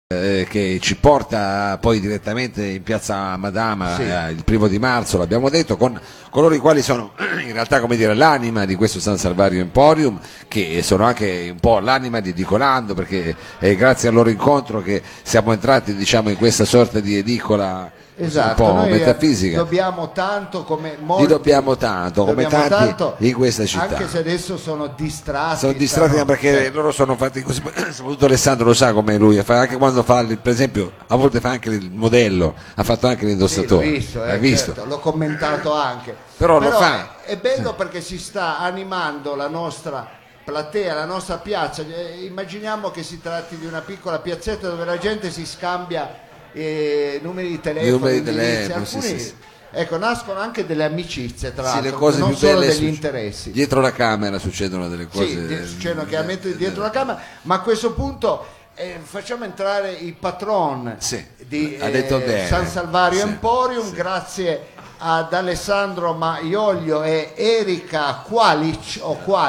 che ci porta poi direttamente in piazza Madama, Sì. il 1° marzo, l'abbiamo detto, con coloro i quali sono in realtà, come dire, l'anima di questo San Salvario Emporium, che sono anche un po' l'anima di Edicolando, perché è grazie al loro incontro che siamo entrati, diciamo, in questa sorta di edicola Esatto, un po' noi metafisica. dobbiamo tanto come molti, Gli dobbiamo tanto, come dobbiamo tanti tanto, in questa città. anche se adesso sono distratti. Sono distratti perché loro sono fatti così, soprattutto Alessandro lo sa come lui, anche quando fa, per esempio, a volte fa anche il modello, ha fatto anche l'indossatore. Sì, l'ho visto, L'hai visto? certo, l'ho commentato anche. Però lo fa. È bello perché si sta animando la nostra platea, la nostra piazza. Immaginiamo che si tratti di una piccola piazzetta dove la gente si scambia numeri di telefono, indirizzi, alcuni, sì. ecco, nascono anche delle amicizie, tra Sì, l'altro, le cose non più solo belle degli interessi. dietro la camera succedono delle cose. Sì, succedono chiaramente dietro la camera, ma a questo punto facciamo entrare il patron di ha detto bene. San Salvario Sì, Emporium, sì. Grazie ad Alessandro Maioglio e Erika Qualic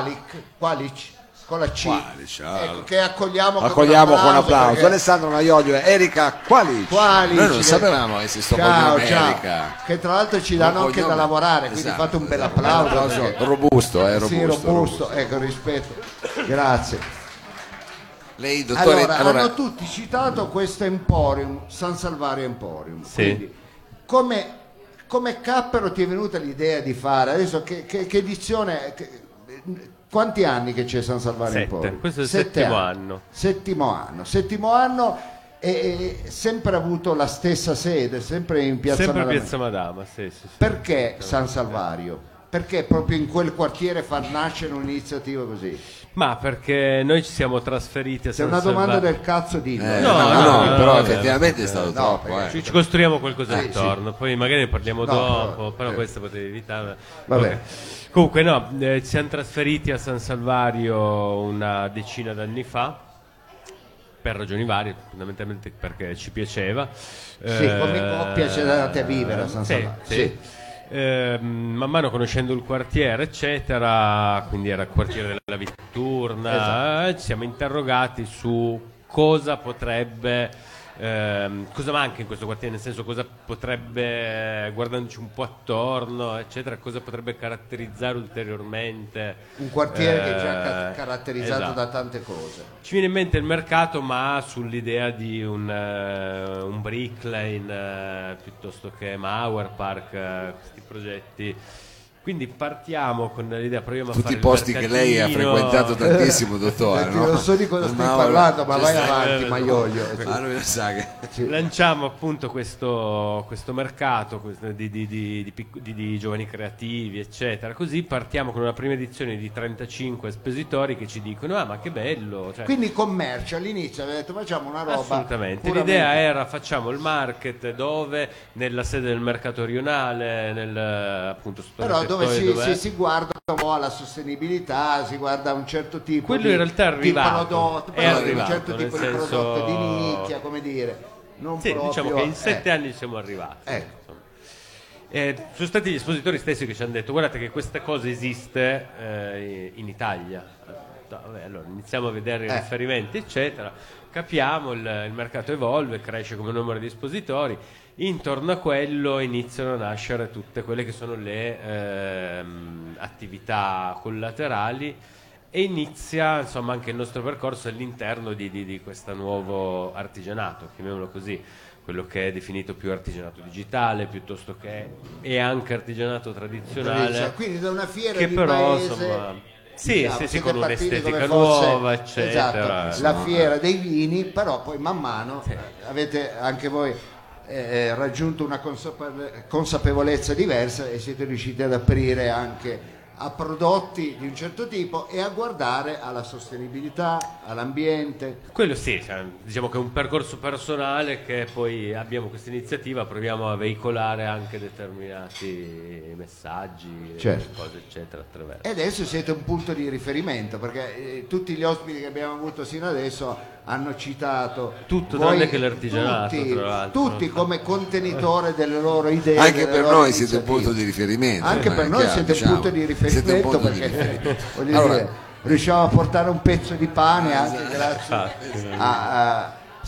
con la C, ecco, che accogliamo con un applauso, perché Alessandro Maioglio e Erika Qualic. Noi non sapevamo se sto cognome Erika, che tra l'altro ci danno anche da lavorare, quindi fate un bel applauso, perché... robusto, sì, robusto, ecco, rispetto, grazie. Lei, dottore, allora, hanno tutti citato questo Emporium, San Salvario Emporium. Sì. Quindi, come cappero ti è venuta l'idea di fare? Adesso che edizione... quanti anni che c'è San Salvario Emporium? Questo è il settimo anno. Settimo anno e sempre avuto la stessa sede, sempre in piazza sempre Madama. Piazza Madama, sì. Perché San Salvario? Perché proprio in quel quartiere far nascere un'iniziativa così? Ma perché noi ci siamo trasferiti a Se San è una Salvario. domanda del cazzo dillo. No, però no, effettivamente è stato troppo. Ci costruiamo qualcosa Sì, intorno, poi magari ne parliamo dopo, però sì. questo potevi evitare. Vabbè. Ok. Comunque no, ci siamo trasferiti a San Salvario una decina d'anni fa, per ragioni varie, fondamentalmente perché ci piaceva. Sì, come piace andare a vivere a San Salvario. Sì. Man mano conoscendo il quartiere eccetera, quindi era il quartiere della Vitturna, ci siamo interrogati su cosa potrebbe cosa manca in questo quartiere, nel senso cosa potrebbe, guardandoci un po' attorno eccetera, cosa potrebbe caratterizzare ulteriormente Un quartiere che è già caratterizzato esatto. da tante cose. Ci viene in mente il mercato, ma sull'idea di un Brick Lane piuttosto che Mauer Park, questi progetti. Quindi partiamo con l'idea, proviamo a Tutti fare i posti il che lei ha frequentato tantissimo, dottore. Senti, non so di cosa stai parlando, ma vai avanti, Maioglio. Lui lo sa che... Lanciamo appunto questo mercato di giovani creativi eccetera, così partiamo con una prima edizione di 35 espositori che ci dicono ma che bello, cioè, Quindi commercio, all'inizio avete detto facciamo una roba assolutamente, puramente... l'idea era facciamo il market dove nella sede del mercato rionale appunto però dove si guarda un po' alla sostenibilità, si guarda a un certo tipo quello in realtà è arrivato, di prodotto, è però arrivato, un certo tipo nel di senso... prodotto di nicchia, come dire, non sì, proprio... diciamo che in 7 anni siamo arrivati. Ecco. Sono stati gli espositori stessi che ci hanno detto guardate che questa cosa esiste in Italia. Vabbè, allora iniziamo a vedere i riferimenti eccetera, capiamo il mercato evolve, cresce come numero di espositori, intorno a quello iniziano a nascere tutte quelle che sono le attività collaterali e inizia insomma anche il nostro percorso all'interno di questo nuovo artigianato, chiamiamolo così, quello che è definito più artigianato digitale piuttosto che è anche artigianato tradizionale, quindi da una fiera che di però paese, insomma sì, con partiti un'estetica come fosse, nuova eccetera, esatto, la fiera dei vini, però poi man mano avete anche voi raggiunto una consapevolezza diversa e siete riusciti ad aprire anche a prodotti di un certo tipo e a guardare alla sostenibilità, all'ambiente. quello sì, cioè, diciamo che è un percorso personale che poi abbiamo questa iniziativa, proviamo a veicolare anche determinati messaggi, Certo. cose eccetera attraverso. E adesso siete un punto di riferimento perché tutti gli ospiti che abbiamo avuto sino adesso hanno citato Tutto voi, tranne che l'artigianato, tra l'altro. tutti come contenitore delle loro idee. Anche delle per loro noi siete un iniziative. punto di riferimento. Anche per noi siete un punto di riferimento perché voglio dire, riusciamo a portare un pezzo di pane anche grazie a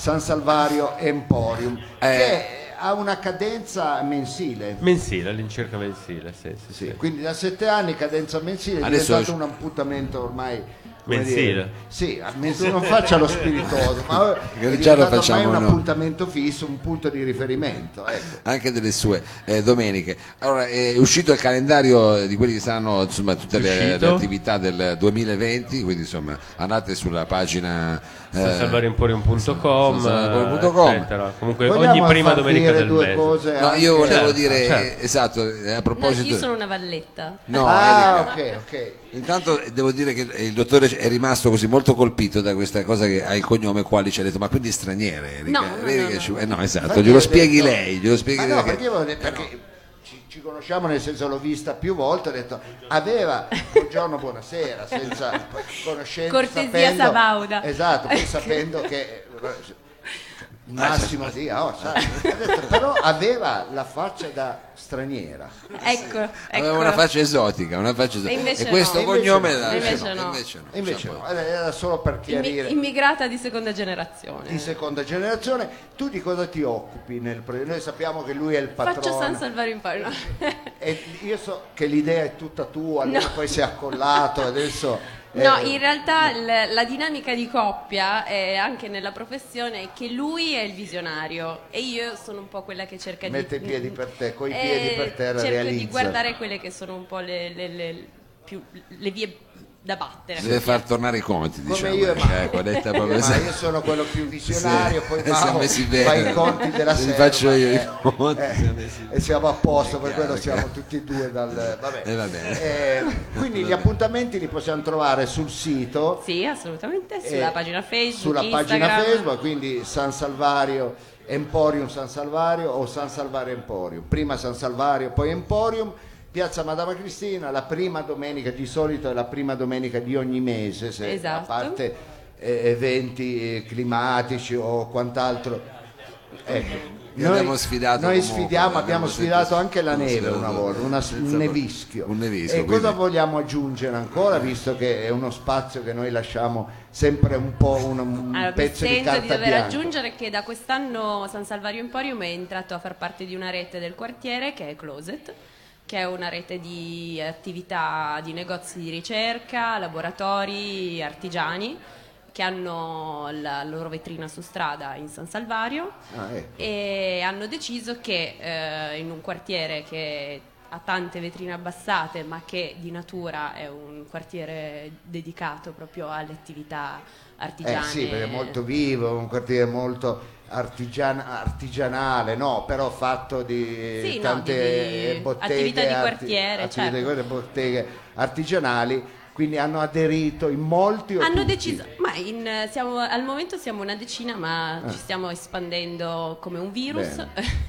San Salvario Emporium, che ha una cadenza mensile. Mensile, all'incirca mensile, sì. Sì, quindi da 7 anni cadenza mensile, è Adesso diventato un appuntamento ormai mensile. Sì, non faccia lo spiritoso, ma è già lo diventato ormai facciamo un noi. appuntamento fisso, un punto di riferimento. Ecco. Anche delle sue domeniche. Allora, è uscito il calendario di quelli che saranno insomma tutte le attività del 2020, quindi insomma andate sulla pagina sansalvarioemporium.com, eccetera. Comunque Vogliamo ogni prima domenica del due mese. cose No, anche- io volevo Certo, dire certo. esatto, a No, proposito io sono una valletta. No, Ah, Erika. ok. Intanto devo dire che il dottore è rimasto così molto colpito da questa cosa che ha il cognome Quali, ci ha detto ma quindi è straniera Erika? No, no, Vedi no, che no. no, esatto, Infatti glielo ho spieghi detto- lei, glielo spieghi Ma no, lei perché, perché ci conosciamo, nel senso l'ho vista più volte, ho detto aveva buongiorno, buonasera, senza conoscenza, Cortesia sabauda. Esatto, poi sapendo che massimo sì, sai. Ho detto, però aveva la faccia da straniera. Ecco. aveva una faccia esotica, E invece e questo no. cognome Invece no. E invece no, era solo per chiarire. Immigrata di seconda generazione. Di seconda generazione, tu di cosa ti occupi noi sappiamo che lui è il patrono. Faccio San Salvario Emporium. No. E io so che l'idea è tutta tua, lui No. poi si è accollato adesso. No, in realtà la dinamica di coppia anche nella professione è che lui è il visionario e io sono un po' quella che cerca mette di... i piedi per te, coi piedi per terra cerco realizza. di guardare quelle che sono un po' le vie da battere. deve far tornare i conti, Come diciamo. io e Mauro. Ecco, detta proprio Ma esatto. io sono quello più visionario, Sì. poi Siamo Mauro messi bene. fa i conti della Li serva. faccio io i conti, siamo messi E siamo a posto, per chiaro, quello siamo chiaro. tutti e due dal... Vabbè. Va bene. Quindi gli appuntamenti li possiamo trovare sul sito. Sì, assolutamente, sulla pagina Facebook, sulla Instagram. pagina Facebook, quindi San Salvario Emporium San Salvario o San Salvario Emporium, prima San Salvario poi Emporium, Piazza Madama Cristina, la prima domenica, di solito è la prima domenica di ogni mese, se Esatto. a parte eventi climatici o quant'altro. Ecco. Noi abbiamo sfidato noi comunque, sfidiamo, abbiamo sfidato anche la neve sfidato una volta, un nevischio. un nevischio, E cosa quindi- vogliamo aggiungere ancora, visto che è uno spazio che noi lasciamo sempre un po' un Allora, pezzo di sento carta di dover bianca. aggiungere che da quest'anno San Salvario Emporium è entrato a far parte di una rete del quartiere che è Closet, che è una rete di attività di negozi di ricerca, laboratori, artigiani che hanno la loro vetrina su strada in San Salvario Ecco. e hanno deciso che in un quartiere che ha tante vetrine abbassate ma che di natura è un quartiere dedicato proprio alle attività artigiane. Sì, perché è molto vivo, un quartiere molto artigianale, no, però fatto di Sì, no, tante di botteghe, attività di quartiere, attività di certo. quartiere, botteghe artigianali, quindi hanno aderito in molti o Hanno tutti? deciso, ma al momento siamo una decina, ma ci stiamo espandendo come un virus.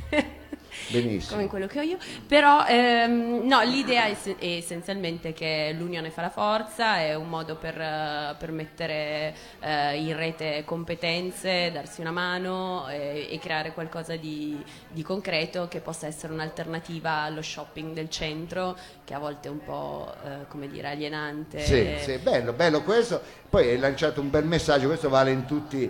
Benissimo. Come quello che ho io, però no, l'idea è essenzialmente che l'unione fa la forza, è un modo per mettere in rete competenze, darsi una mano e creare qualcosa di concreto che possa essere un'alternativa allo shopping del centro, che a volte è un po' come dire alienante. Sì, bello, bello questo. Poi hai lanciato un bel messaggio, questo vale in tutti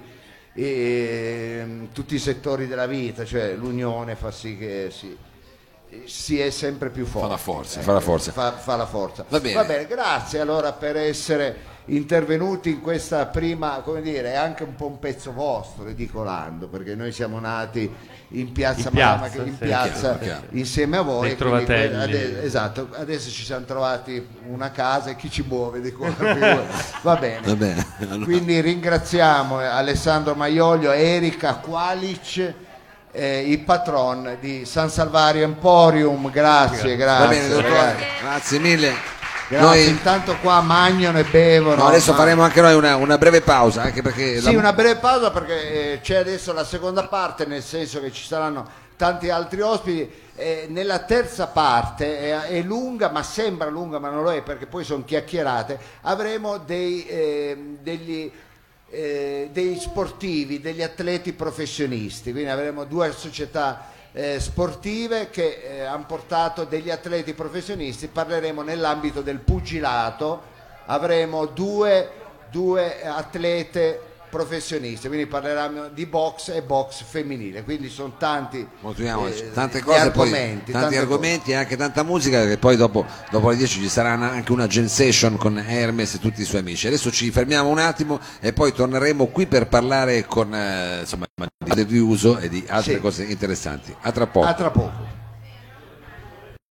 i settori della vita, cioè l'unione fa sì che si è sempre più forte. Fa la forza, fa la forza. Fa la forza. Va bene. Grazie allora per essere intervenuti in questa prima, come dire, è anche un po' un pezzo vostro, ridicolando, perché noi siamo nati in piazza Madama, piazza, in sì. piazza Chiaro. insieme a voi. Dei quindi trovatelli. esatto, adesso ci siamo trovati una casa e chi ci muove di qua. Va bene. Va bene. Allora, Quindi ringraziamo Alessandro Maiolio, Erika Qualic, i patron di San Salvario Emporium. Grazie, va bene, grazie. dottore. ragazzi. Grazie mille. Grazie. Noi Intanto qua mangiano e bevono. no, adesso ma- faremo anche noi una breve pausa, anche perché Sì, una breve pausa perché c'è adesso la seconda parte, nel senso che ci saranno tanti altri ospiti. Nella terza parte è lunga, ma sembra lunga, ma non lo è perché poi sono chiacchierate. Avremo degli sportivi, degli atleti professionisti, quindi avremo due società sportive che hanno portato degli atleti professionisti. Parleremo nell'ambito del pugilato, avremo due atlete professionisti, quindi parleranno di box e box femminile, quindi sono tanti tante cose, argomenti, tanti argomenti e anche tanta musica, che poi dopo le 10 ci sarà anche una jam session con Hermes e tutti i suoi amici. Adesso ci fermiamo un attimo e poi torneremo qui per parlare con insomma, del riuso e di altre cose interessanti. A tra poco. A tra poco.